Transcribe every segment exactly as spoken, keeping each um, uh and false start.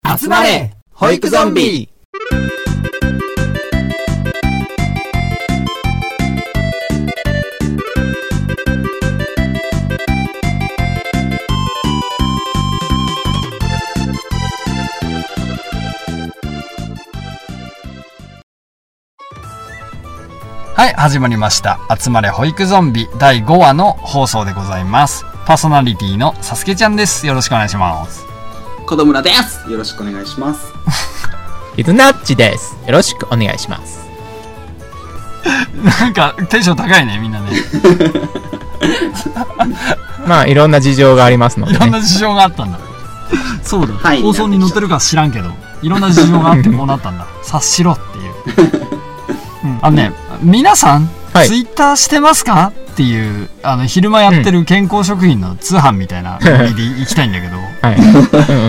集まれ保育ゾンビ。 はい、始まりました。集まれ保育ゾンビだいごわの放送でございます。パーソナリティのさすけちゃんです。よろしくお願いします。 子供らです。よろしくお願いします。 ゆずなっちです。よろしくお願いします。 なんかテンション高いね、みんなね。 まあいろんな事情がありますので、ね、 いろんな事情があったんだ。そうだ、 はい、 放送に載ってるか知らんけど、いろんな事情があってこうなったんだ。察しろっていう。うん、あのね、皆さん、はい、ツイッターしてますかっていう、あの昼間やってる健康食品の通販みたいなノリで行きたいんだけど、はい、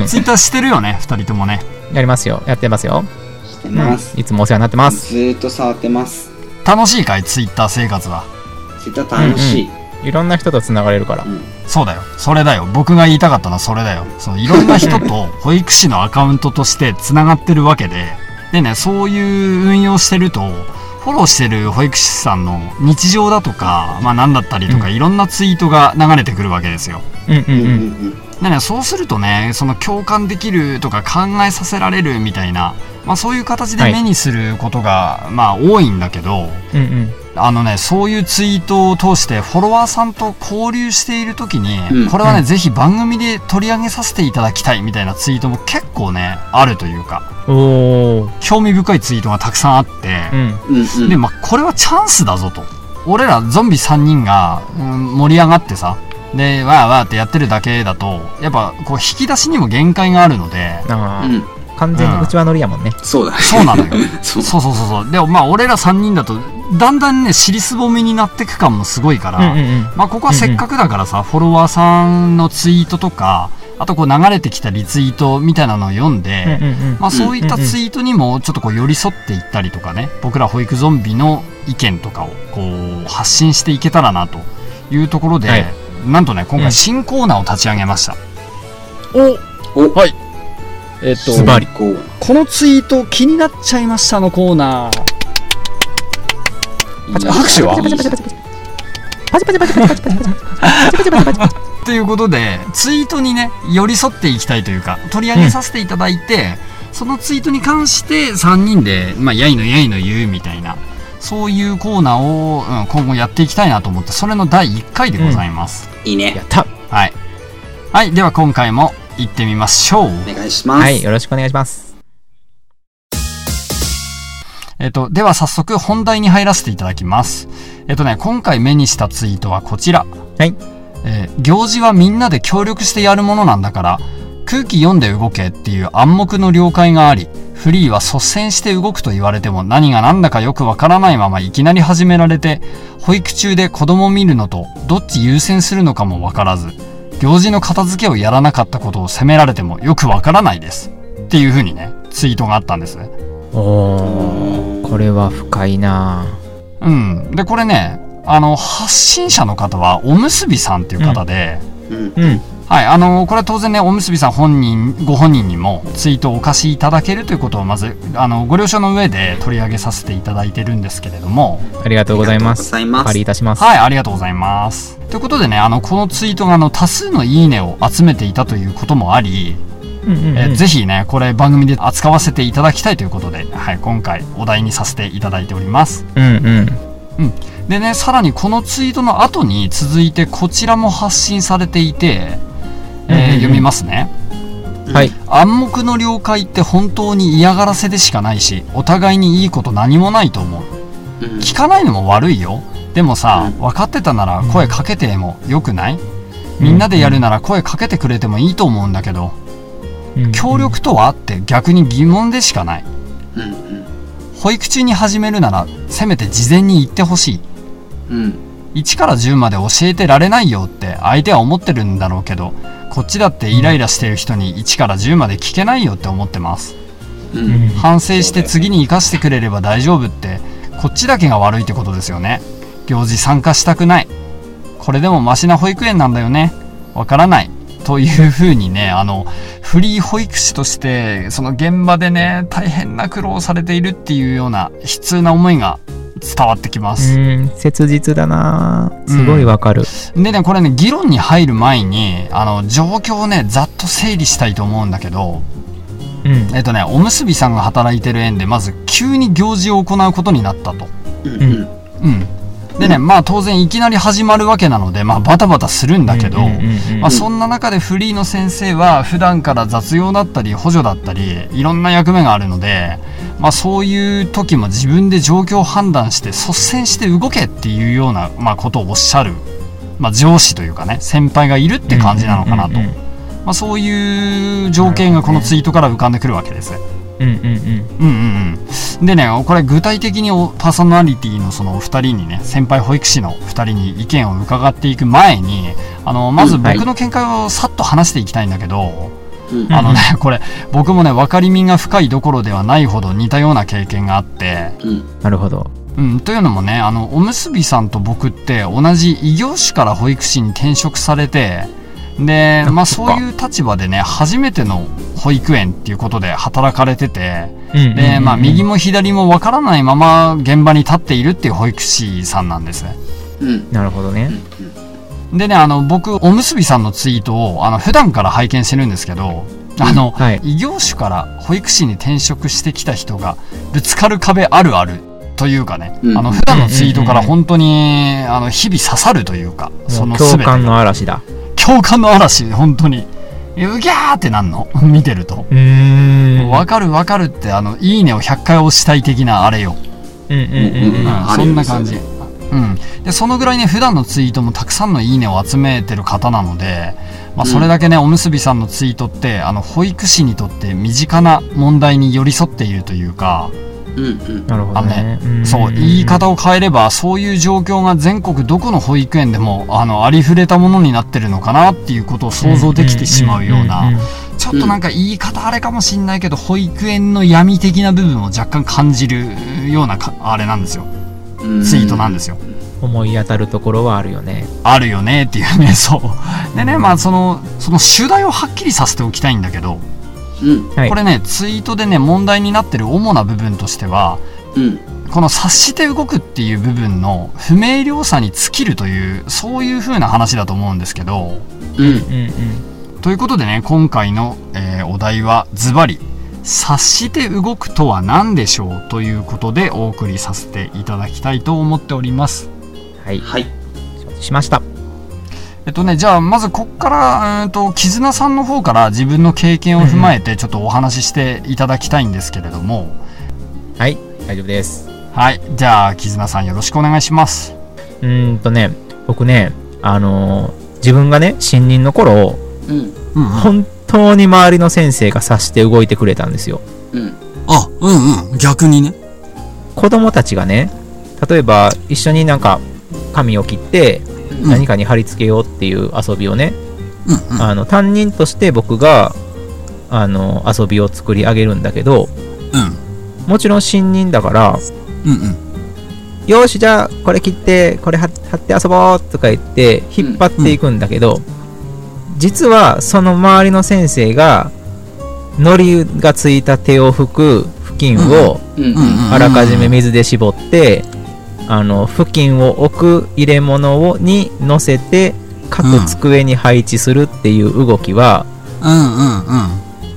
ツイッターしてるよね、ふたりともね。 やりますよ、やってますよ。 してます、 うん、いつもお世話になってます。 ずーっと触ってます。 楽しいかい、ツイッター生活は。 ツイッター楽しい、 うんうん、いろんな人とつながれるから、うん、 そうだよ、それだよ、僕が言いたかったのはそれだよ。そう、いろんな人と保育士のアカウントとしてつながってるわけで、でね、そういう運用してるとフォローしてる保育士さんの日常だとか、まあ何だったりとか、うん、いろんなツイートが流れてくるわけですよ。うんうんうん。でね、そうするとね、その共感できるとか考えさせられるみたいな、まあそういう形で目にすることが、はい、まあ多いんだけど、うんうん、あのね、そういうツイートを通してフォロワーさんと交流している時に、うん、これはね、うん、ぜひ番組で取り上げさせていただきたいみたいなツイートも結構ね、あるというか、お興味深いツイートがたくさんあって、うん、で、まあこれはチャンスだぞと。俺らゾンビさんにんが、うん、盛り上がってさ、でわーわーってやってるだけだとやっぱこう引き出しにも限界があるので、あ、 うん、完全にうちわ乗りやもんね、 うん、そうだね、 そうなのよ。そうそうそうそう。でもまあ俺らさんにんだとだんだんね尻すぼみになってく感もすごいから、うんうんうん、まあここはせっかくだからさ、うんうん、フォロワーさんのツイートとか、あとこう流れてきたリツイートみたいなのを読んで、うんうんうん、まあそういったツイートにもちょっとこう寄り添っていったりとかね、僕ら保育ゾンビの意見とかをこう発信していけたらなというところで、はい、なんとね、今回新コーナーを立ち上げました。 うん、おお、 はい。えっと、 ズバリ。 このツイート気になっちゃいましたのコーナー。拍手は？パチパチパチパチパチパチパチパチパチパチパチパチパチパチパチパチということで、ツイートにね、寄り添っていきたいというか、取り上げさせていただいて、うん、そのツイートに関してさんにんで、まあ、やいのやいの言うみたいな、そういうコーナーを、うん、今後やっていきたいなと思って、それのだいいっかいでございます。 うん、いいね。 やった。 はい。はい。では今回も行ってみましょう。 お願いします。 はい。よろしくお願いします。 えっと、では早速本題に入らせていただきます。えっとね、今回目にしたツイートはこちら。 はい。 えー、行事はみんなで協力してやるものなんだから、空気読んで動けっていう暗黙の了解があり、フリーは率先して動くと言われても何が何だかよくわからないままいきなり始められて、保育中で子供見るのとどっち優先するのかもわからず、行事の片付けをやらなかったことを責められてもよくわからないですっていう風にね、ツイートがあったんです。 おー、これは深いな。 うん。でこれね、あの発信者の方はおむすびさんっていう方で、うん、うん、はい、あのこれは当然ね、おむすびさん本人ご本人にもツイートをお貸しいただけるということをまずあのご了承の上で取り上げさせていただいてるんですけれども、 ありがとうございます。お借りいたします。 はい、ありがとうございます。ということでね、あのこのツイートがあの多数のいいねを集めていたということもあり、うんうんうん、えぜひねこれ番組で扱わせていただきたいということで、はい、今回お題にさせていただいております。うんうんうん。でね、さらにこのツイートの後に続いてこちらも発信されていて、えーうんうん、読みますね。はい。暗黙の了解って本当に嫌がらせでしかないし、お互いにいいこと何もないと思う。うん、聞かないのも悪いよ。でもさ、分かってたなら声かけてもよくない？みんなでやるなら声かけてくれてもいいと思うんだけど、うんうん、協力とはって逆に疑問でしかない。うんうん、保育中に始めるならせめて事前に言ってほしい。うん、いちからじゅうまで教えてられないよって相手は思ってるんだろうけど、こっちだってイライラしてる人にいちからじゅうまで聞けないよって思ってます。うん、反省して次に生かしてくれれば大丈夫ってこっちだけが悪いってことですよね。行事参加したくない。これでもマシな保育園なんだよね。わからない。 というふうにね、あの、フリー保育士として、その現場でね、大変な苦労をされているっていうような悲痛な思いが伝わってきます。 うん、切実だな。すごいわかる、 うん。でね、これね、議論に入る前に、あの、状況をね、ざっと整理したいと思うんだけど、うん、えっとね、おむすびさんが働いてる園で、まず急に行事を行うことになったと。うん。うん。でね、まあ当然いきなり始まるわけなので、まあバタバタするんだけど、まあそんな中でフリーの先生は普段から雑用だったり補助だったり、いろんな役目があるので、まあそういう時も自分で状況を判断して率先して動けっていうような、まあことをおっしゃる、まあ上司というかね、先輩がいるって感じなのかなと。まあそういう条件がこのツイートから浮かんでくるわけです。うんうんうん。うんうんうん。でね、これ具体的にパーソナリティのそのふたりにね、先輩保育士のふたりに意見を伺っていく前に、あの、まず僕の見解をさっと話していきたいんだけど、うん、あのね、これ、僕もね、分かりみが深いどころではないほど似たような経験があって、 うん、なるほど。 うん、というのもね、あの、おむすびさんと僕って同じ異業種から保育士に転職されて、で、まあそういう立場でね、初めての保育園っていうことで働かれてて、で、まあ右も左もわからないまま現場に立っているっていう保育士さんなんですね。 うん。なるほどね。 でね、あの、僕、おむすびさんのツイートを、あの、普段から拝見してるんですけど、あの、はい、異業種から保育士に転職してきた人がぶつかる壁あるあるというかね、うん、あの、普段のツイートから本当に、あの、日々刺さるというか、 その全て。共感の嵐だ。 共感の嵐、本当に。うぎゃーってなんの見てると。うーん。わかるわかるって、あの、いいねをひゃっかい押したい的なあれよ。うんうんうんうん。そんな感じ。うん。で、そのぐらいね、普段のツイートもたくさんのいいねを集めてる方なので、まあ、それだけね、おむすびさんのツイートって、あの、保育士にとって身近な問題に寄り添っているというか、 うんうん、なるほどね。 あのね、そう、言い方を変えれば、そういう状況が全国どこの保育園でも、あの、ありふれたものになってるのかなっていうことを想像できてしまうような、ちょっとなんか言い方あれかもしんないけど、保育園の闇的な部分を若干感じるようなか、あれなんですよ。ツイートなんですよ。 思い当たるところはあるよね。 あるよねっていうね、そう。でね、まあ、その、その主題をはっきりさせておきたいんだけど、うん、これね、ツイートでね、問題になってる主な部分としては、うん、この察して動くっていう部分の不明瞭さに尽きるという、そういう風な話だと思うんですけど、うんうんうん、ということでね、今回の、えー、お題はズバリ、察して動くとは何でしょうということでお送りさせていただきたいと思っております。 はい。はい。しました。 えっとね、じゃあまずこっから、うんと、絆さんの方から自分の経験を踏まえてちょっとお話ししていただきたいんですけれども。 うん、はい、大丈夫です。 はい、じゃあ絆さんよろしくお願いします。 うーんとね、僕ね、あのー、自分がね、新任の頃、うん、本当に周りの先生が察して動いてくれたんですよ。 うん。あ、うんうん、逆にね。 子供たちがね、例えば一緒になんか紙を切って、何かに貼り付けようっていう遊びをね、うんうん、あの担任として僕があの遊びを作り上げるんだけど、うん、もちろん新任だから、うんうん、よしじゃあこれ切ってこれ貼って遊ぼうとか言って引っ張っていくんだけど、うんうん、実はその周りの先生が糊がついた手を拭く布巾をあらかじめ水で絞ってあの布巾を置く入れ物をに乗せて各机に配置するっていう動きは、うんうんうん、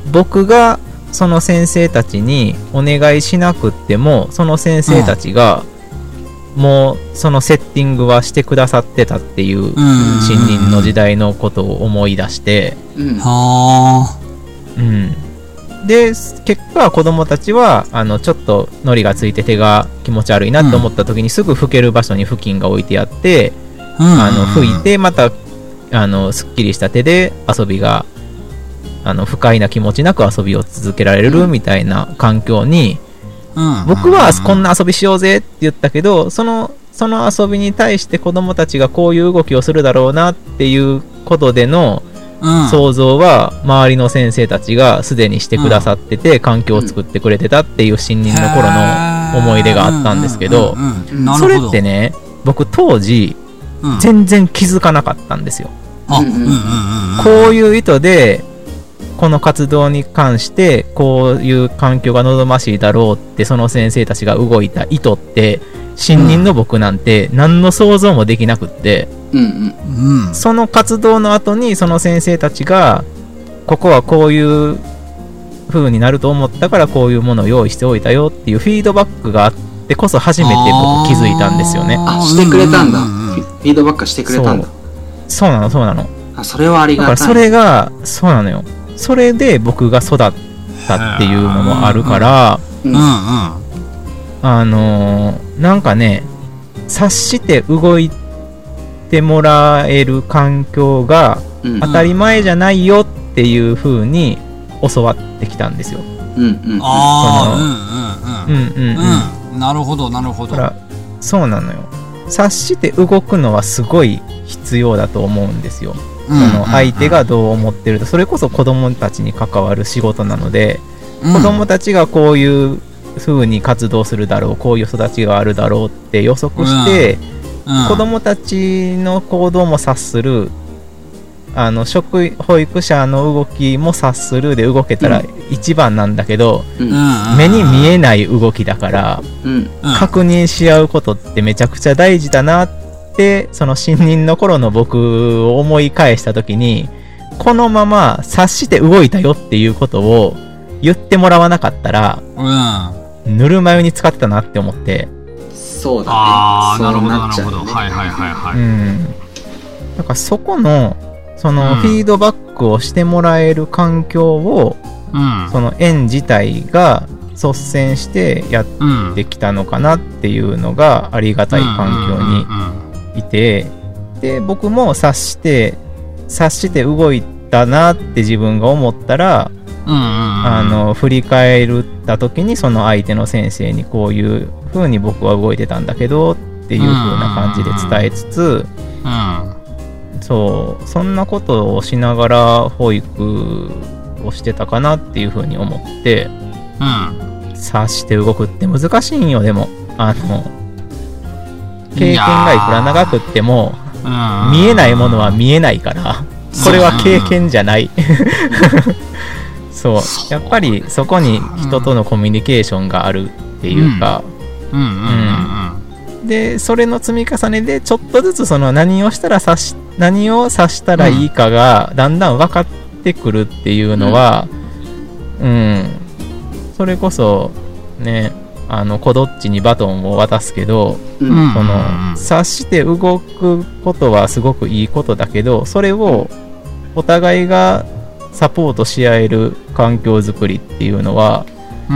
僕がその先生たちにお願いしなくってもその先生たちがもうそのセッティングはしてくださってたっていう新任の時代のことを思い出して、うんうん、で結果子供たちはあのちょっと糊がついて手が気持ち悪いなと思った時にすぐ拭ける場所に布巾が置いてあって、うん、あの拭いてまたあのすっきりした手で遊びがあの不快な気持ちなく遊びを続けられるみたいな環境に、うん、僕はこんな遊びしようぜって言ったけどそのその遊びに対して子供たちがこういう動きをするだろうなっていうことでの想像は周りの先生たちがすでにしてくださってて環境を作ってくれてたっていう新任の頃の思い出があったんですけど、それってね僕当時全然気づかなかったんですよ。 あ、うんうんうんうん。 こういう意図でこの活動に関してこういう環境が望ましいだろうってその先生たちが動いた意図って新任の僕なんて何の想像もできなくって、 うんうん、 その活動の後にその先生たちがここはこういう風になると思ったからこういうものを用意しておいたよっていうフィードバックがあってこそ初めて僕気づいたんですよね。 あ、してくれたんだ、うんうんうん、フィードバックしてくれたんだ。 そう、そうなのそうなの。 あ、それはありがたい。 だからそれがそうなのよ。それで僕が育ったっていうのもあるから、 うんうん、 あのー、なんかね察して動いてもらえる環境が当たり前じゃないよっていう風に教わってきたんですよ。 うんうん、 ああ、うんうんうんうん、うん、なるほどなるほど。 だからそうなのよ。察して動くのはすごい必要だと思うんですよ。その相手がどう思ってると、それこそ子供たちに関わる仕事なので、うん、子供たちがこういう風に活動するだろう、こういう育ちがあるだろうって予測して、うんうん、子供たちの行動も察する、あの職保育者の動きも察するで動けたら一番なんだけど、うん、目に見えない動きだから、うん、確認し合うことってめちゃくちゃ大事だなってでその新任の頃の僕を思い返した時に、このまま察して動いたよっていうことを言ってもらわなかったら、うん、ぬるま湯に使ってたなって思って。 そうだね。 ああ、なるほどなるほど。はいはいはいはい。 うん。だからそこのそのフィードバックをしてもらえる環境を、うん、その園自体が率先してやってきたのかなっていうのがありがたい環境にいて、で僕も察して察して動いたなって自分が思ったら、うんうんうん、あの振り返った時にその相手の先生にこういう風に僕は動いてたんだけどっていう風な感じで伝えつつ、うんうん、そうそんなことをしながら保育をしてたかなっていう風に思って、うん、察して動くって難しいんよ。でもあの経験がいくら長くっても見えないものは見えないからこれは経験じゃないそうやっぱりそこに人とのコミュニケーションがあるっていうか、でそれの積み重ねでちょっとずつその何をしたら察し何を察したらいいかがだんだん分かってくるっていうのは、うん、うん、それこそねあの子どっちにバトンを渡すけど、うん、その察して動くことはすごくいいことだけど、それをお互いがサポートし合える環境づくりっていうのは、うん、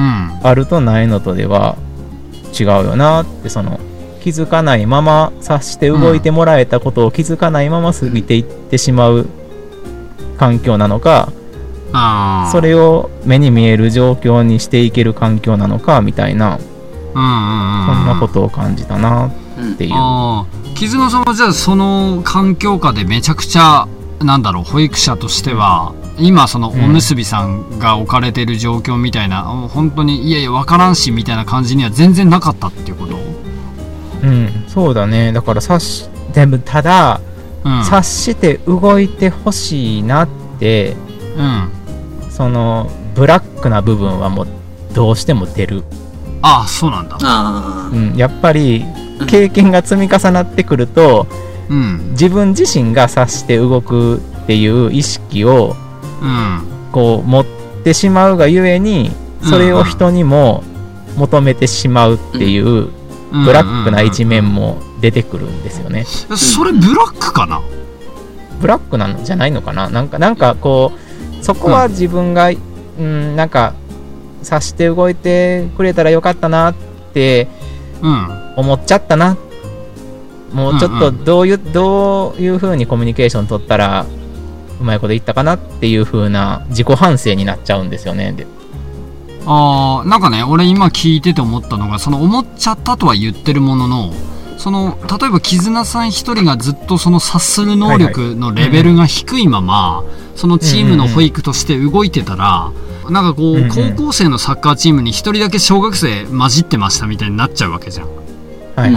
あるとないのとでは違うよなって、その気づかないまま察して動いてもらえたことを気づかないまま過ぎていってしまう環境なのか、あそれを目に見える状況にしていける環境なのかみたいな、うんうんうん、そんなことを感じたなっていう、うん、 あ絆さんはじゃあその環境下でめちゃくちゃなんだろう保育者としては今そのおむすびさんが置かれている状況みたいな、うん、本当にいやいや分からんしみたいな感じには全然なかったっていうこと？ うんそうだね。だから察しでもただ、うん、察して動いてほしいなって、うんそのブラックな部分はもうどうしても出る。 ああそうなんだ。 あ、うん、やっぱり経験が積み重なってくると、うん、自分自身が察して動くっていう意識を、うん、こう持ってしまうがゆえにそれを人にも求めてしまうっていう、うん、ブラックな一面も出てくるんですよね。 それブラックかな？ ブラックなんじゃないのかな。なんかなんかこうそこは自分が、うん、うんなんか察して動いてくれたらよかったなって思っちゃったな、うん、もうちょっとどういう、うんうん、どういう風にコミュニケーション取ったらうまいこと言ったかなっていう風な自己反省になっちゃうんですよね。であーなんかね俺今聞いてて思ったのがその思っちゃったとは言ってるもののその例えば絆さん一人がずっとその察する能力のレベルが低いまま、はいはいうん、そのチームの保育として動いてたら、うんうん、なんかこう、うんうん、高校生のサッカーチームに一人だけ小学生混じってましたみたいになっちゃうわけじゃん。 はいはい。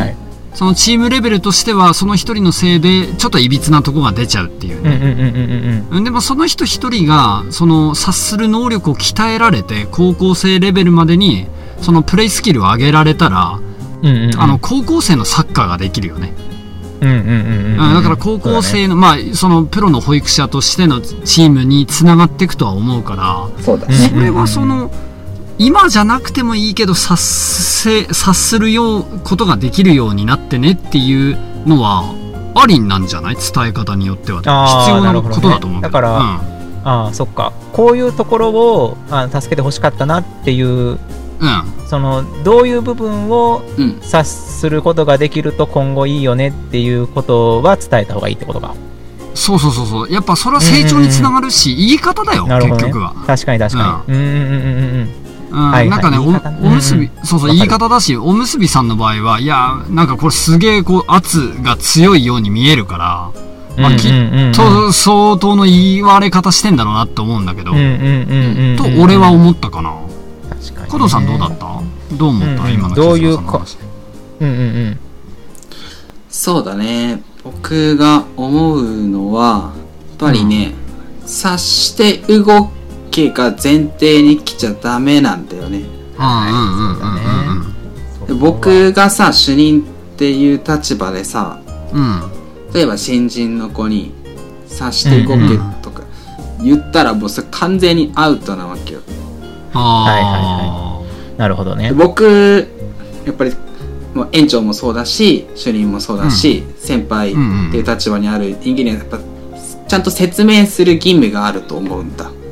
そのチームレベルとしてはその一人のせいでちょっといびつなとこが出ちゃうっていうね、うんうんうんうん、でもその人一人がその察する能力を鍛えられて高校生レベルまでにそのプレイスキルを上げられたら、うんうんうん、あの高校生のサッカーができるよね。うんうんうんうん、だから高校生の、ね、まあそのプロの保育者としてのチームにつながっていくとは思うから、 そうだね、 それはその今じゃなくてもいいけど察せ察するようことができるようになってねっていうのはありなんじゃない？伝え方によっては必要なことだと思うけど、ね、だから、うん、 ああそっか、こういうところをあ助けてほしかったなっていう、うん、そのどういう部分を察することができると今後いいよねっていうことは伝えた方がいいってことか。 そうそうそうそう、やっぱそれは成長につながるし、うんうんうん、言い方だよ、ね、結局は。 確かに確かに、うん、うんうんうんうんうん、はいはい、なんかね、お, おむすび、うん、そうそう言い方だし、おむすびさんの場合はいやなんかこれすげえこう圧が強いように見えるから、まあ、きっと相当の言われ方してんだろうなって思うんだけど、と俺は思ったかな。確かに、ね、加藤さんどうだった？どう思った、うん、今のどういうか、うんうんうん、 そうだね、僕が思うのはやっぱりね、うん、察して動くが前提に来ちゃダメなんだよね。僕がさ主任っていう立場でさ、うん、例えば新人の子に察して動けとか言ったらもうそれ完全にアウトなわけよ。 はいはいはい、なるほどね。 僕やっぱりもう園長もそうだし主任もそうだし、うん、先輩っていう立場にある人間にはやっぱちゃんと説明する義務があると思うんだ。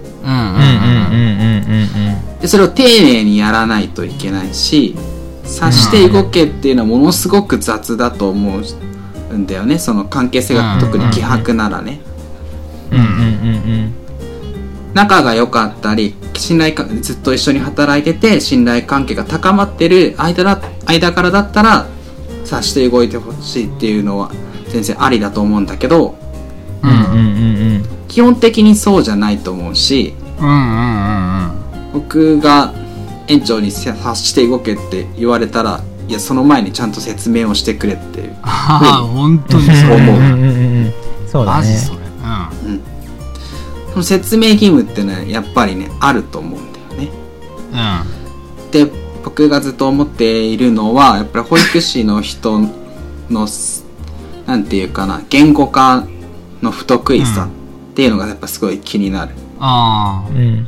でそれを丁寧にやらないといけないし、察して動けっていうのはものすごく雑だと思うんだよね。その関係性が特に希薄ならね、仲が良かったり信頼かずっと一緒に働いてて信頼関係が高まってる間だ間からだったら察して動いてほしいっていうのは全然ありだと思うんだけど、うんうんうんうん、基本的にそうじゃないと思うし、うんうんうんうん、僕が園長に察して動けって言われたらいやその前にちゃんと説明をしてくれっていうああ本当にそう思う、うんうんうん、 そうだね、マジそれ、 うんうん、その説明義務ってねやっぱりねあると思うんだよね、うん、で僕がずっと思っているのはやっぱり保育士の人のなんていうかな言語化の不得意さっていうのがやっぱすごい気になる、うん、ああ、うん、うんうん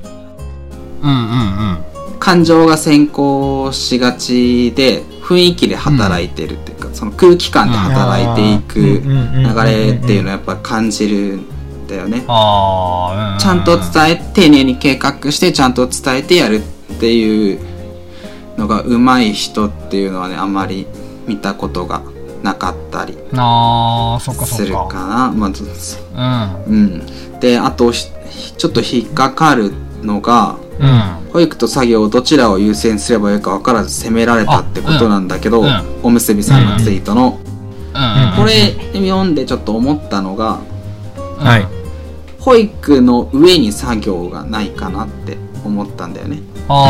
うん感情が先行しがちで雰囲気で働いてるっていうか、うん、その空気感で働いていく流れっていうのをやっぱ感じるんだよね。あ、うん、ちゃんと伝え丁寧に計画してちゃんと伝えてやるっていうのが上手い人っていうのはねあんまり見たことがなかったりするかな。まず、うんうん、であとちょっと引っかかるのが、うん、保育と作業どちらを優先すればいいか分からず責められたってことなんだけど、うん、おむすびさんのツイートの、うん、これ読んでちょっと思ったのが、はい、保育の上に作業がないかなって思ったんだよね。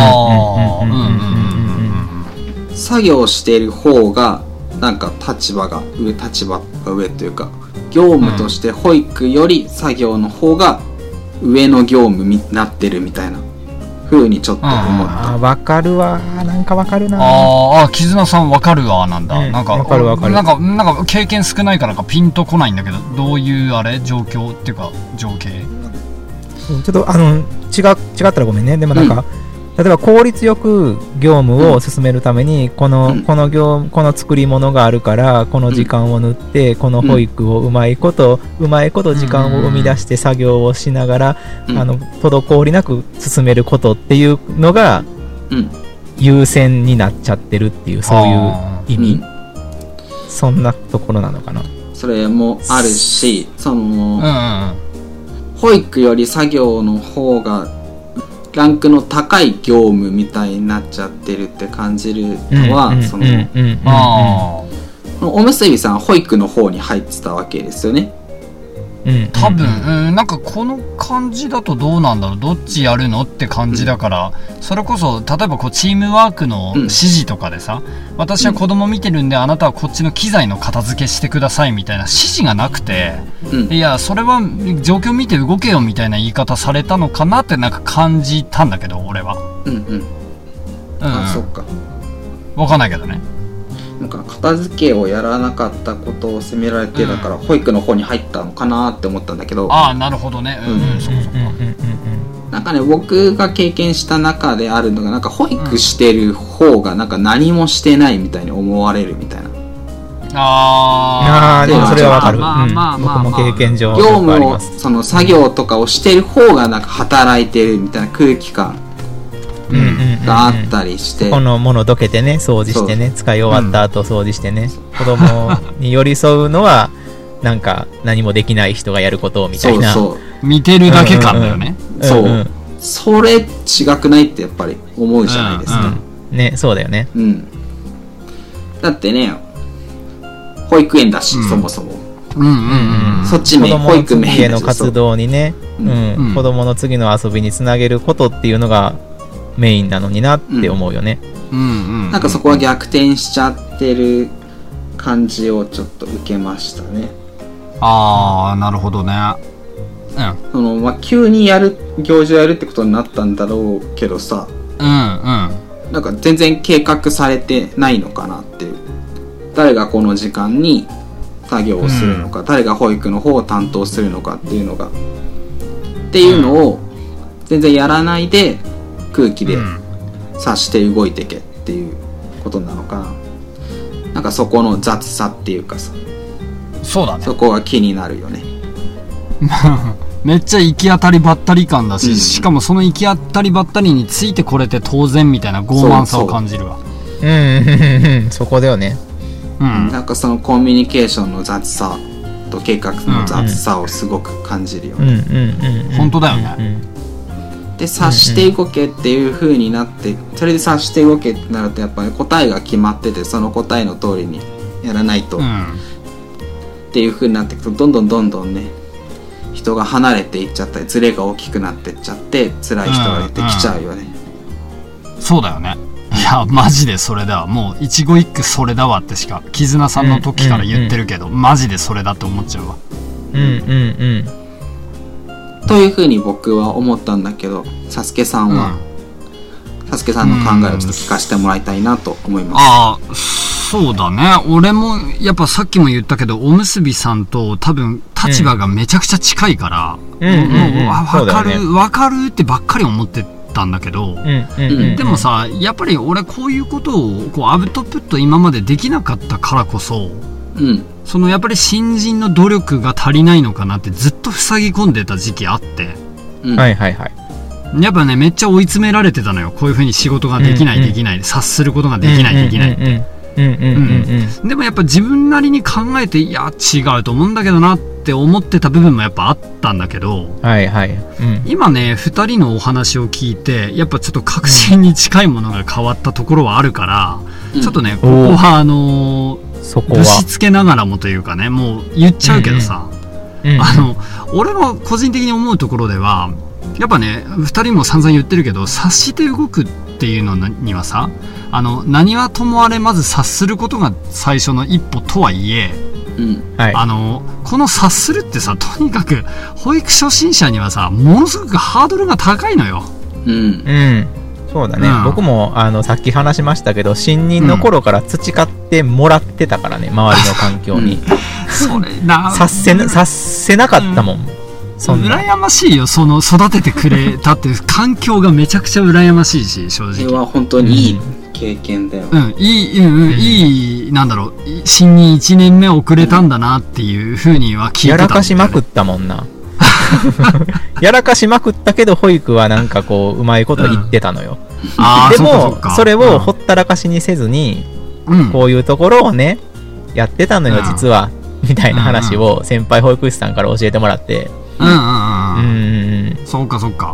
作業している方がなんか立場が上立場が上というか業務として保育より作業の方が上の業務になってるみたいな風にちょっと思った。 あ、わかるわ、なんかわかるな。 ああ、絆さんわかるわなんだ、うん、なんかわかるわかる。 なんかなんか経験少ないからかピンとこないんだけど、どういうあれ状況っていうか情景。 ちょっとあの違違ったらごめんね。でもなんか、うん、例えば効率よく業務を進めるために、うん、このこの業この作り物があるからこの時間を縫って、うん、この保育をうまいことうまいこと時間を生み出して作業をしながら、うん、あの滞りなく進めることっていうのが、うん、優先になっちゃってるっていうそういう意味、うん、そんなところなのかな。 それもあるし、その、うんうん、保育より作業の方がランクの高い業務みたいになっちゃってるって感じるのは、そのおむすびさん保育の方に入ってたわけですよね。 うん、 多分、うんうん、なんかこの感じだとどうなんだろう、どっちやるのって感じだから、うん、それこそ例えばこうチームワークの指示とかでさ、うん、私は子供見てるんであなたはこっちの機材の片付けしてくださいみたいな指示がなくて、うん、いやそれは状況見て動けよみたいな言い方されたのかなってなんか感じたんだけど俺は。 うんうん。うん、あ、そっか。 わかんないけどね。 なんか片付けをやらなかったことを責められて、だから保育の方に入ったのかなって思ったんだけど、 ああなるほどね、うんうん、そうそうそう、 なんかね僕が経験した中であるのが、なんか保育してる方がなんか何もしてないみたいに思われるみたいな、うん、 ああでもそれはわかる、 まあまあまあまあ、 僕も経験上業務をその作業とかをしてる方がなんか働いてるみたいな空気感があったりして、 このものどけてね掃除してね、使い終わった後掃除してね、うん、子供に寄り添うのはなんか何もできない人がやることみたいな、 そうそう見てるだけ感だよね、 うんうん、そう、うんうん、それ違くないってやっぱり思うじゃないですか、 うんうん、ねそうだよね、 うん、だってね保育園だし、うん、そもそも、うんうんうん、そっちメイン保育メインの活動にね、うんうん、子供の次の遊びにつなげることっていうのがメインなのになって思うよね、 うんうんうん、なんかそこは逆転しちゃってる感じをちょっと受けましたね。 ああなるほどね、 うん、そのまあ、急にやる行事をやるってことになったんだろうけどさ、 うんうん、 なんか全然計画されてないのかなっていう、誰がこの時間に作業をするのか、うん、誰が保育の方を担当するのかっていうのがっていうのを全然やらないで空気で察して動いてけっていうことなのかな、うん、なんかそこの雑さっていうかさ、 そうだね、 そこが気になるよねめっちゃ行き当たりばったり感だし、うん、しかもその行き当たりばったりについてこれて当然みたいな傲慢さを感じるわ。 うんうんそこだよね、 うん、なんかそのコミュニケーションの雑さと計画の雑さをすごく感じるよね。 本当だよね、うんうんで察して動けっていう風になって、それで察して動けってなるとやっぱり答えが決まってて、その答えの通りにやらないと、うん、っていう風になっていくとどんどんどんどんね人が離れていっちゃったりズレが大きくなってっちゃって辛い人が出てきちゃうよね、 うんうん、そうだよね。いやマジでそれだわ、もう一期一句それだわってしか絆さんの時から言ってるけど、うんうんうん、マジでそれだって思っちゃうわ。 うんうんうんというふうに僕は思ったんだけど、サスケさんは、うん、サスケさんの考えをちょっと聞かせてもらいたいなと思います。 ああ、そうだね。俺もやっぱさっきも言ったけど、おむすびさんと多分立場がめちゃくちゃ近いから、うん、もう分かる、分かるってばっかり思ってたんだけど、うん、でもさ、やっぱり俺こういうことをこうアウトプット今までできなかったからこそ、うん、そのやっぱり新人の努力が足りないのかなってずっと塞ぎ込んでた時期あって、 うん、はいはいはい。 やっぱねめっちゃ追い詰められてたのよ。こういう風に仕事ができない、うんうん、できない、察することができない、うんうん、できないってでもやっぱ自分なりに考えて、いや違うと思うんだけどなって思ってた部分もやっぱあったんだけど、 はいはい、うん、 今ねふたりのお話を聞いてやっぱちょっと確信に近いものが変わったところはあるから、うん、ちょっとねここはあのーぶしつけながらもというかね、もう言っちゃうけどさ、うんうん、あの俺の個人的に思うところではやっぱねふたりも散々言ってるけど、察して動くっていうのにはさ、あの何はともあれまず察することが最初の一歩とはいえ、うんはい、あのこの察するってさ、とにかく保育初心者にはさものすごくハードルが高いのよ。 うん、うんそうだね、うん、僕もあのさっき話しましたけど新任の頃から培ってもらってたからね、うん、周りの環境に、うん、 それな察せな、察せなかったもん、うん、 そんな羨ましいよ、その育ててくれたっていう環境がめちゃくちゃ羨ましいし、正直それは本当にいい経験だよ、 うん、いい、うんうん、いいなんだろう、新任いちねんめ遅れたんだなっていう風には聞いてた、ね、 やらかしまくったもんなやらかしまくったけど保育はなんかこううまいこと言ってたのよ、うん、あでも そ, それをほったらかしにせずに、うん、こういうところをねやってたのよ、うん、実はみたいな話を先輩保育士さんから教えてもらって、うんうんうん、うんそうかそうか。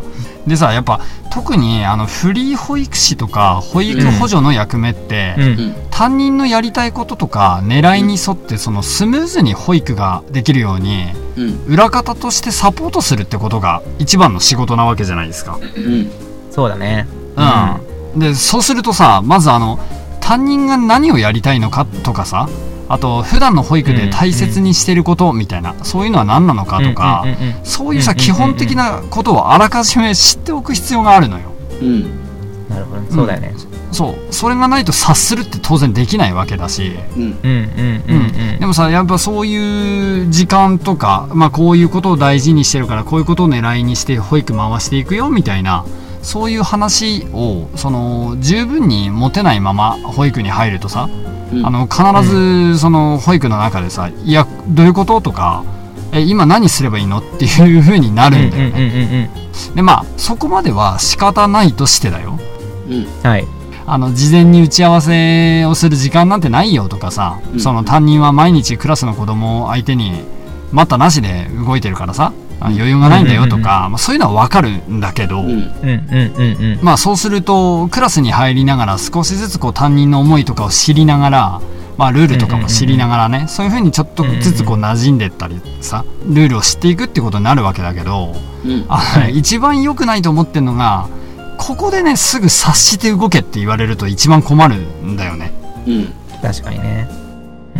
でさ、やっぱ特にあのフリー保育士とか保育補助の役目って、うん、担任のやりたいこととか狙いに沿ってそのスムーズに保育ができるように、うん、裏方としてサポートするってことが一番の仕事なわけじゃないですか。 うん、そうだね。 うん。でそうするとさ、まずあの担任が何をやりたいのかとかさ、あと普段の保育で大切にしてることみたいな、うんうん、そういうのは何なのかとか、うんうんうん、そういうさ、うんうんうん、基本的なことをあらかじめ知っておく必要があるのよ。 うん、なるほど、ね、そうだよね、 うん、そうそれがないと察するって当然できないわけだし、うんうんうんうん、でもさ、やっぱそういう時間とか、まあ、こういうことを大事にしてるからこういうことを狙いにして保育回していくよみたいな、そういう話をその十分に持てないまま保育に入るとさ、うん、あの必ずその保育の中でさ、いやどういうこととか、え今何すればいいのっていう風になるんだよね。でまあそこまでは仕方ないとしてだよ、うん、はい、あの事前に打ち合わせをする時間なんてないよとかさ、うん、その担任は毎日クラスの子供を相手に待ったなしで動いてるからさ、余裕がないんだよとか、まあ、そういうのは分かるんだけど、まあそうするとクラスに入りながら少しずつこう担任の思いとかを知りながら、まあルールとかも知りながらね、そういう風にちょっとずつこう馴染んでったりさ、ルールを知っていくってことになるわけだけど、あの一番良くないと思ってるのが、ここでねすぐ察して動けって言われると一番困るんだよね。 うん、確かにね、 うん、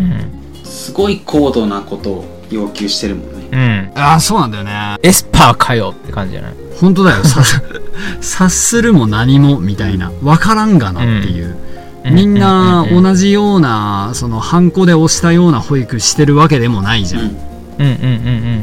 すごい高度なことを要求してるもんね。 うん、ああそうなんだよね。 エスパーかよって感じじゃない？ 本当だよ。察するも何もみたいな、分からんがなっていう、うん、みんな同じようなそのハンコで押したような保育してるわけでもないじゃん。うんうんうんうん、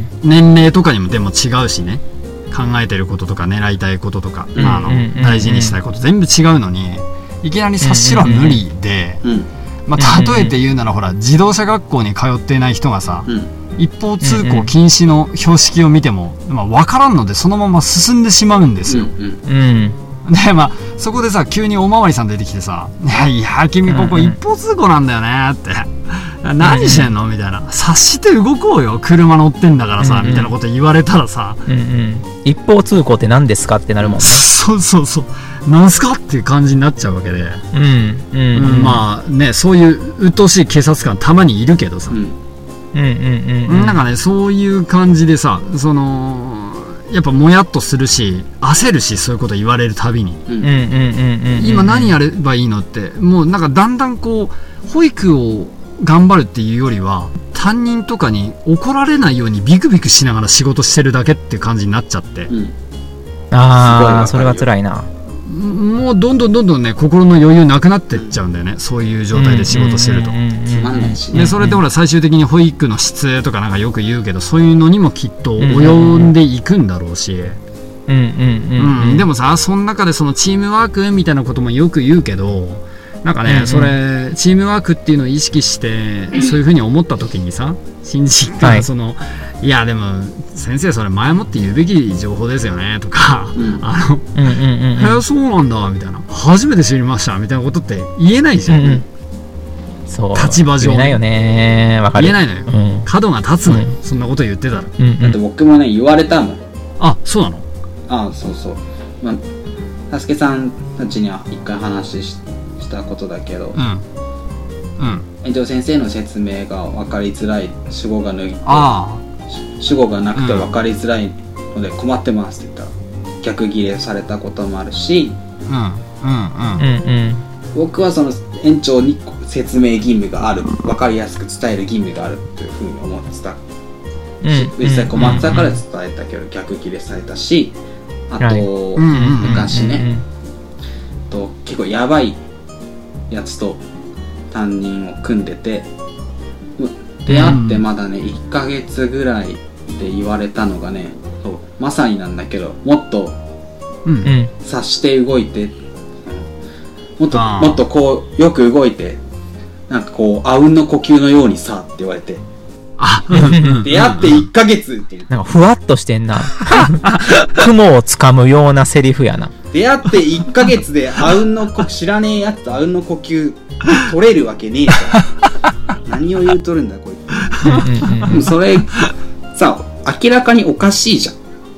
年齢とかにもでも違うしね、考えてることとか狙いたいこととか、うん、あの大事にしたいこと全部違うのに、いきなり察しろは無理で、うんうんうん、まあ、例えて言うならほら自動車学校に通っていない人がさ、うん、一方通行禁止の標識を見ても、まあ、分からんのでそのまま進んでしまうんですよ、うんうん、でまあそこでさ急におまわりさん出てきてさ「いやいや君ここ一方通行なんだよね」って「何してんの?」みたいな「察して動こうよ車乗ってんだからさ」みたいなこと言われたらさ、うんうん、 一方通行って何ですかってなるもんね。 そうそうそう、なんすかっていう感じになっちゃうわけで、うんうんうんうん、まあね、そういう鬱陶しい警察官たまにいるけどさ、うんうんうんうん、なんかねそういう感じでさ、そのやっぱもやっとするし焦るし、そういうこと言われるたびに、今何やればいいのって、もうなんかだんだんこう保育を頑張るっていうよりは担任とかに怒られないようにビクビクしながら仕事してるだけっていう感じになっちゃって、うん、 ああそれは辛いな。 もうどんどんどんどんね心の余裕なくなってっちゃうんだよね、そういう状態で仕事してると。でそれでほら最終的に保育の質とかなんかよく言うけど、そういうのにもきっと及んでいくんだろうし、でもさその中でそのチームワークみたいなこともよく言うけど、なんかね、うんうん、それチームワークっていうのを意識してそういう風に思った時にさ、新人がその、はい、いやでも先生それ前もって言うべき情報ですよねとか、うん、あの、うんうんうんうん、そうなんだみたいな、初めて知りましたみたいなことって言えないじゃん、うんうん、 そう立場上言えないよね、わかる、 言えないのよ、うん、角が立つのよ、うん、そんなこと言ってたら、うんうん、だって僕もね言われたもん。 あ、そうなの？ あ、そうそう、まあたすけさんたちには一回話してしたことだけど、うんうん、園長先生の説明が分かりづらい、主語が抜いて主語がなくて分かりづらいので困ってますって言ったら逆ギレされたこともあるし、うんうんうん、僕はその園長に説明義務がある、分かりやすく伝える義務があるというふうに思ってた、うん、実際困ってたから伝えたけど逆ギレされたし、あと、はい、昔ね、と結構やばいやつと担任を組んでて、出会ってまだねいっかげつぐらいで言われたのがね、そうまさになんだけど、もっと察して動いて、もっともっとこうよく動いて、なんかこうあうんの呼吸のようにさって言われて、あ出会っていっかげつって言う、 なんかふわっとしてんな雲をつかむようなセリフやな。 出会っていっかげつであうんの呼知らねえやつとあうんの呼吸取れるわけねえから何を言うとるんだこいつそれさ明らかにおかしいじゃん。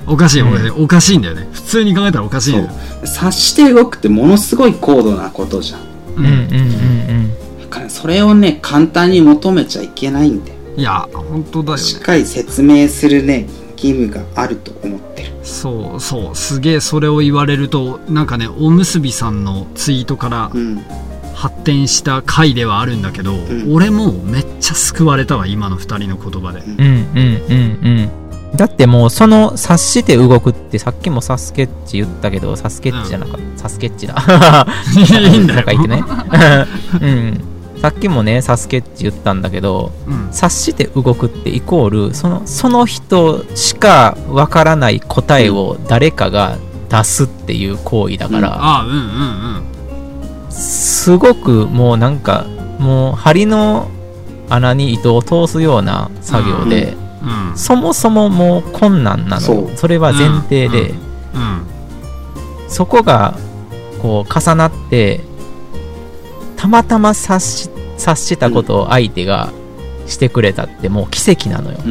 おかしい、うん、おかしいんだよね。普通に考えたらおかしいんだよ。 察して動くってものすごい高度なことじゃん。 うんうんうんうん。 だからそれをね簡単に求めちゃいけないんだよ。 いや本当だよね。 しっかり説明するね義務があると思ってる。 そうそう、すげえそれを言われるとなんかね、おむすびさんのツイートから発展した回ではあるんだけど、うん、俺もめっちゃ救われたわ今のふたりの言葉で。 うんうんうんうん。だってもうその察して動くってさっきもサスケッチ言ったけど、サスケッチじゃなかった、うん、サスケッチだいいんだよ言ってねうん、さっきもねサスケッチ言ったんだけど、うん、察して動くってイコールその、その人しかわからない答えを誰かが出すっていう行為だから、うん、 あうんうんうん、 すごくもうなんかもう針の穴に糸を通すような作業で、うんうん、そもそももう困難なの。 そ, それは前提で、うんうんうん、そこがこう重なってたまたま察し、察したことを相手がしてくれたってもう奇跡なのよ、うん、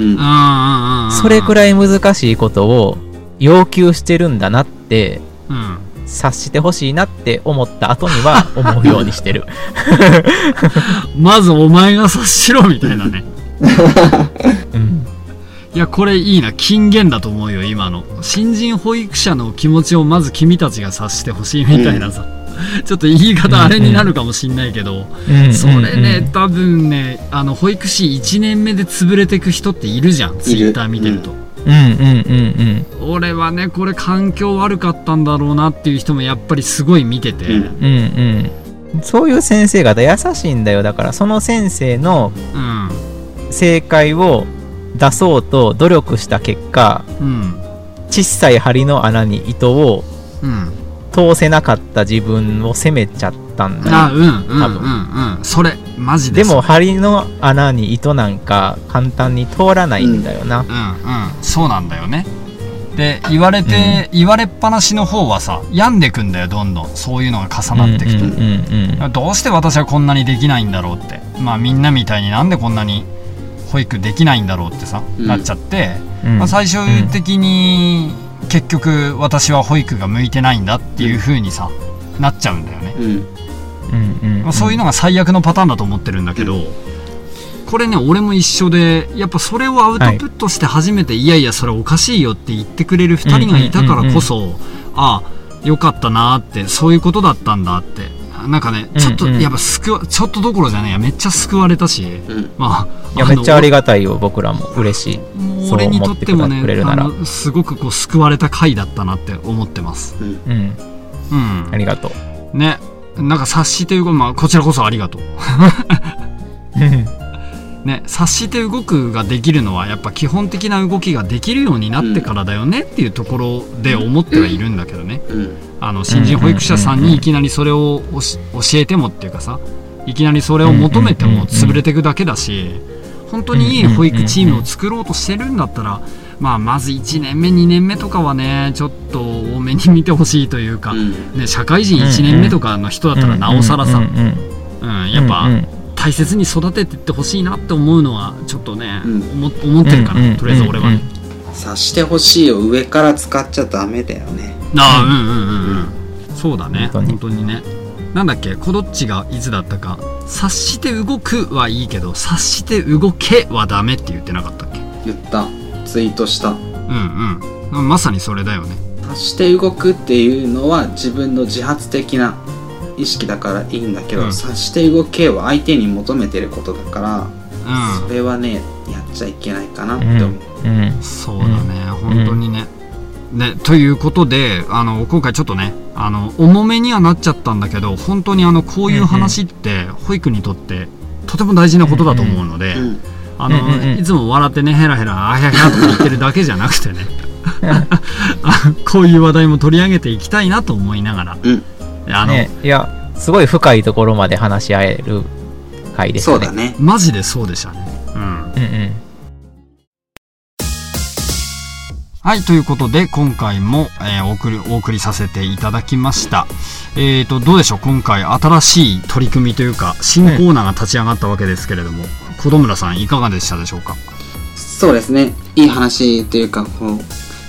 それくらい難しいことを要求してるんだなって、うん、察してほしいなって思った後には思うようにしてるまずお前が察しろみたいなねうん、いやこれいいな、金言だと思うよ今の。新人保育者の気持ちをまず君たちが察してほしいみたいなさ、うん、ちょっと言い方あれになるかもしんないけど、うん、それね多分ねあの保育士いちねんめで潰れてく人っているじゃん、ツイッター見てると。うんうんうんうん、俺はねこれ環境悪かったんだろうなっていう人もやっぱりすごい見てて、うんうんうん、そういう先生方優しいんだよ。だからその先生の正解を出そうと努力した結果、うん、小さい針の穴に糸を通せなかった自分を責めちゃったんだよ、 あ、うんうんうんうん、それマジで。 でも針の穴に糸なんか簡単に通らないんだよな、うん、 うんうん、そうなんだよね。で言われて、うん、言われっぱなしの方はさ病んでくんだよ、どんどんそういうのが重なってくと、うんうんうんうん、どうして私はこんなにできないんだろうって、まあみんなみたいになんでこんなに保育できないんだろうってさ、うん、なっちゃって、うんまあ、最終的に結局私は保育が向いてないんだっていう風にさ、うん、なっちゃうんだよね、うんうんまあ、そういうのが最悪のパターンだと思ってるんだけど、うん、これね俺も一緒で、やっぱそれをアウトプットして初めて、はい、いやいやそれおかしいよって言ってくれるふたりがいたからこそ、うんうんうんうん、ああよかったなって、そういうことだったんだって、なんかねちょっとやっぱ救わ、ちょっとどころじゃねえや、めっちゃ救われたし、うん、まあいやめっちゃありがたいよ、僕らも嬉しい。 もう俺にとってもねあのすごくこう救われた回だったなって思ってます。うん、うんうん、ありがとうね。なんか察して動く、まあこちらこそありがとうね、察して動くができるのはやっぱ基本的な動きができるようになってからだよねっていうところで思ってはいるんだけどね、うん、あの新人保育者さんにいきなりそれを教えてもっていうかさ、いきなりそれを求めても潰れていくだけだし、本当にいい保育チームを作ろうとしてるんだったら、まあ、まずいちねんめにねんめとかはねちょっと多めに見てほしいというか、ね、社会人いちねんめとかの人だったらなおさらさ、うん、やっぱ大切に育てていってほしいなって思うのはちょっとね、うん、思, 思ってるから、うん、とりあえず俺はね、 察してほしいを上から使っちゃダメだよね。 ああうんうんうんうん、そうだね本当に、本当にね。なんだっけ、コドッチがいつだったか、察して動くはいいけど察して動けはダメって言ってなかったっけ。 言った、ツイートした。 うんうん、まさにそれだよね。 察して動くっていうのは自分の自発的な意識だからいいんだけど、うん、察して動けは相手に求めてることだから、うん、それはねやっちゃいけないかなって思う、うんうん、そうだね、うん、本当にね、ね、ということであの今回ちょっとねあの重めにはなっちゃったんだけど、本当にあのこういう話って保育にとってとても大事なことだと思うので、うんうん、あの、うんうん、いつも笑ってねヘラヘラあひゃひゃとか言ってるだけじゃなくてねこういう話題も取り上げていきたいなと思いながら、うん、 あのね、いやすごい深いところまで話し合える回でしたね。 そうだね、 マジでそうでしたね、うん、うんうんはい、ということで今回も、えー、お送り、お送りさせていただきました。えーとどうでしょう、今回新しい取り組みというか新コーナーが立ち上がったわけですけれども、うん、小戸村さんいかがでしたでしょうか。 そうですね、いい話というかこう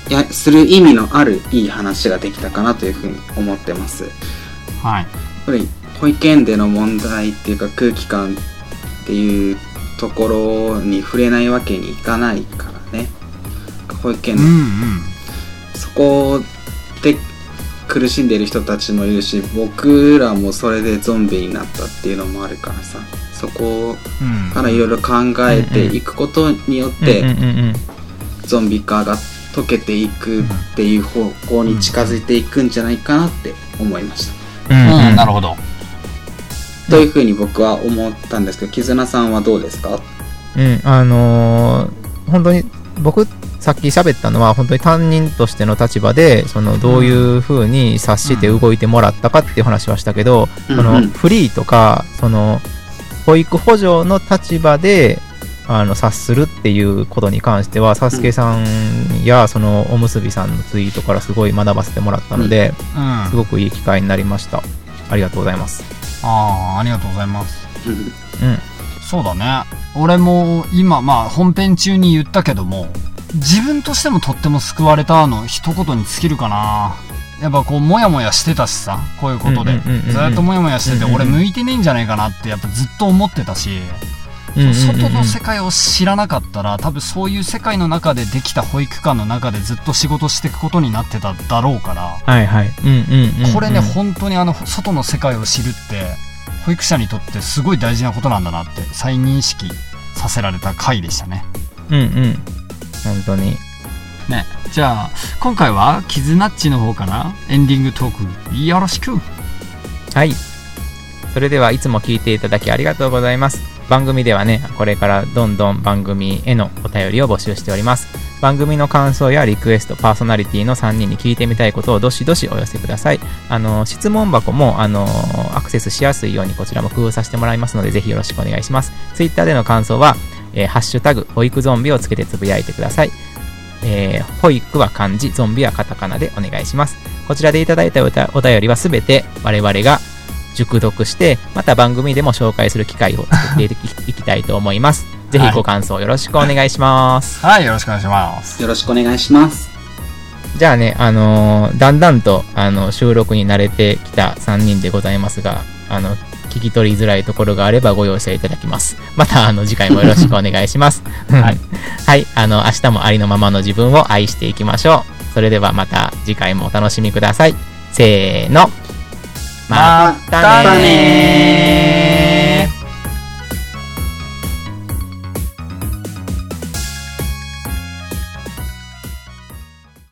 やする意味のあるいい話ができたかなというふうに思ってます。 はい。 やっぱり保育園での問題っていうか空気感っていうところに触れないわけにいかないからね。保育園、うんうん、そこで苦しんでいる人たちもいるし、僕らもそれでゾンビになったっていうのもあるからさ、そこからいろいろ考えていくことによってゾンビ化が解けていくっていう方向に近づいていくんじゃないかなって思いました。 うん、うんうん、なるほど。 というふうに僕は思ったんですけど、絆さんはどうですか？ うん、あのー、本当に僕さっき喋ったのは本当に担任としての立場でそのどういう風に察して動いてもらったかっていう話はしたけど、うん、そのフリーとかその保育補助の立場であの察するっていうことに関してはサスケさんやそのおむすびさんのツイートからすごい学ばせてもらったので、うんうん、すごくいい機会になりました。ありがとうございます。 ああ、ありがとうございます。 うん、 そうだね。俺も今まあ本編中に言ったけども、自分としてもとっても救われたの一言に尽きるかな。やっぱこうモヤモヤしてたしさ、こういうことでずっとモヤモヤしてて、俺向いてねえんじゃないかなってやっぱずっと思ってたし、外の世界を知らなかったら多分そういう世界の中でできた保育館の中でずっと仕事していくことになってただろうから、 はいはい、 これね本当にあの外の世界を知るって保育者にとってすごい大事なことなんだなって再認識させられた回でしたね。 うんうん、本当にね。じゃあ今回はキズナッチの方かな。エンディングトークよろしく。 はい、それではいつも聞いていただきありがとうございます。番組ではね、これからどんどん番組へのお便りを募集しております。番組の感想やリクエスト、パーソナリティのさんにんに聞いてみたいことをどしどしお寄せください。あの質問箱もあのアクセスしやすいようにこちらも工夫させてもらいますので、ぜひよろしくお願いします。ツイッターでの感想は、えー、ハッシュタグ保育ゾンビをつけてつぶやいてください。えー、保育は漢字、ゾンビはカタカナでお願いします。こちらでいただいたお便りはすべて我々が熟読して、また番組でも紹介する機会を作っていきたいと思います。ぜひご感想よろしくお願いします。 はい、はい、よろしくお願いします。 よろしくお願いします。 じゃあね、あのー、だんだんとあの収録に慣れてきたさんにんでございますが、あの聞き取りづらいところがあればご容赦いただきます。またあの次回もよろしくお願いします。はい、はい、あの明日もありのままの自分を愛していきましょう。それではまた次回もお楽しみください。せーの。またねー。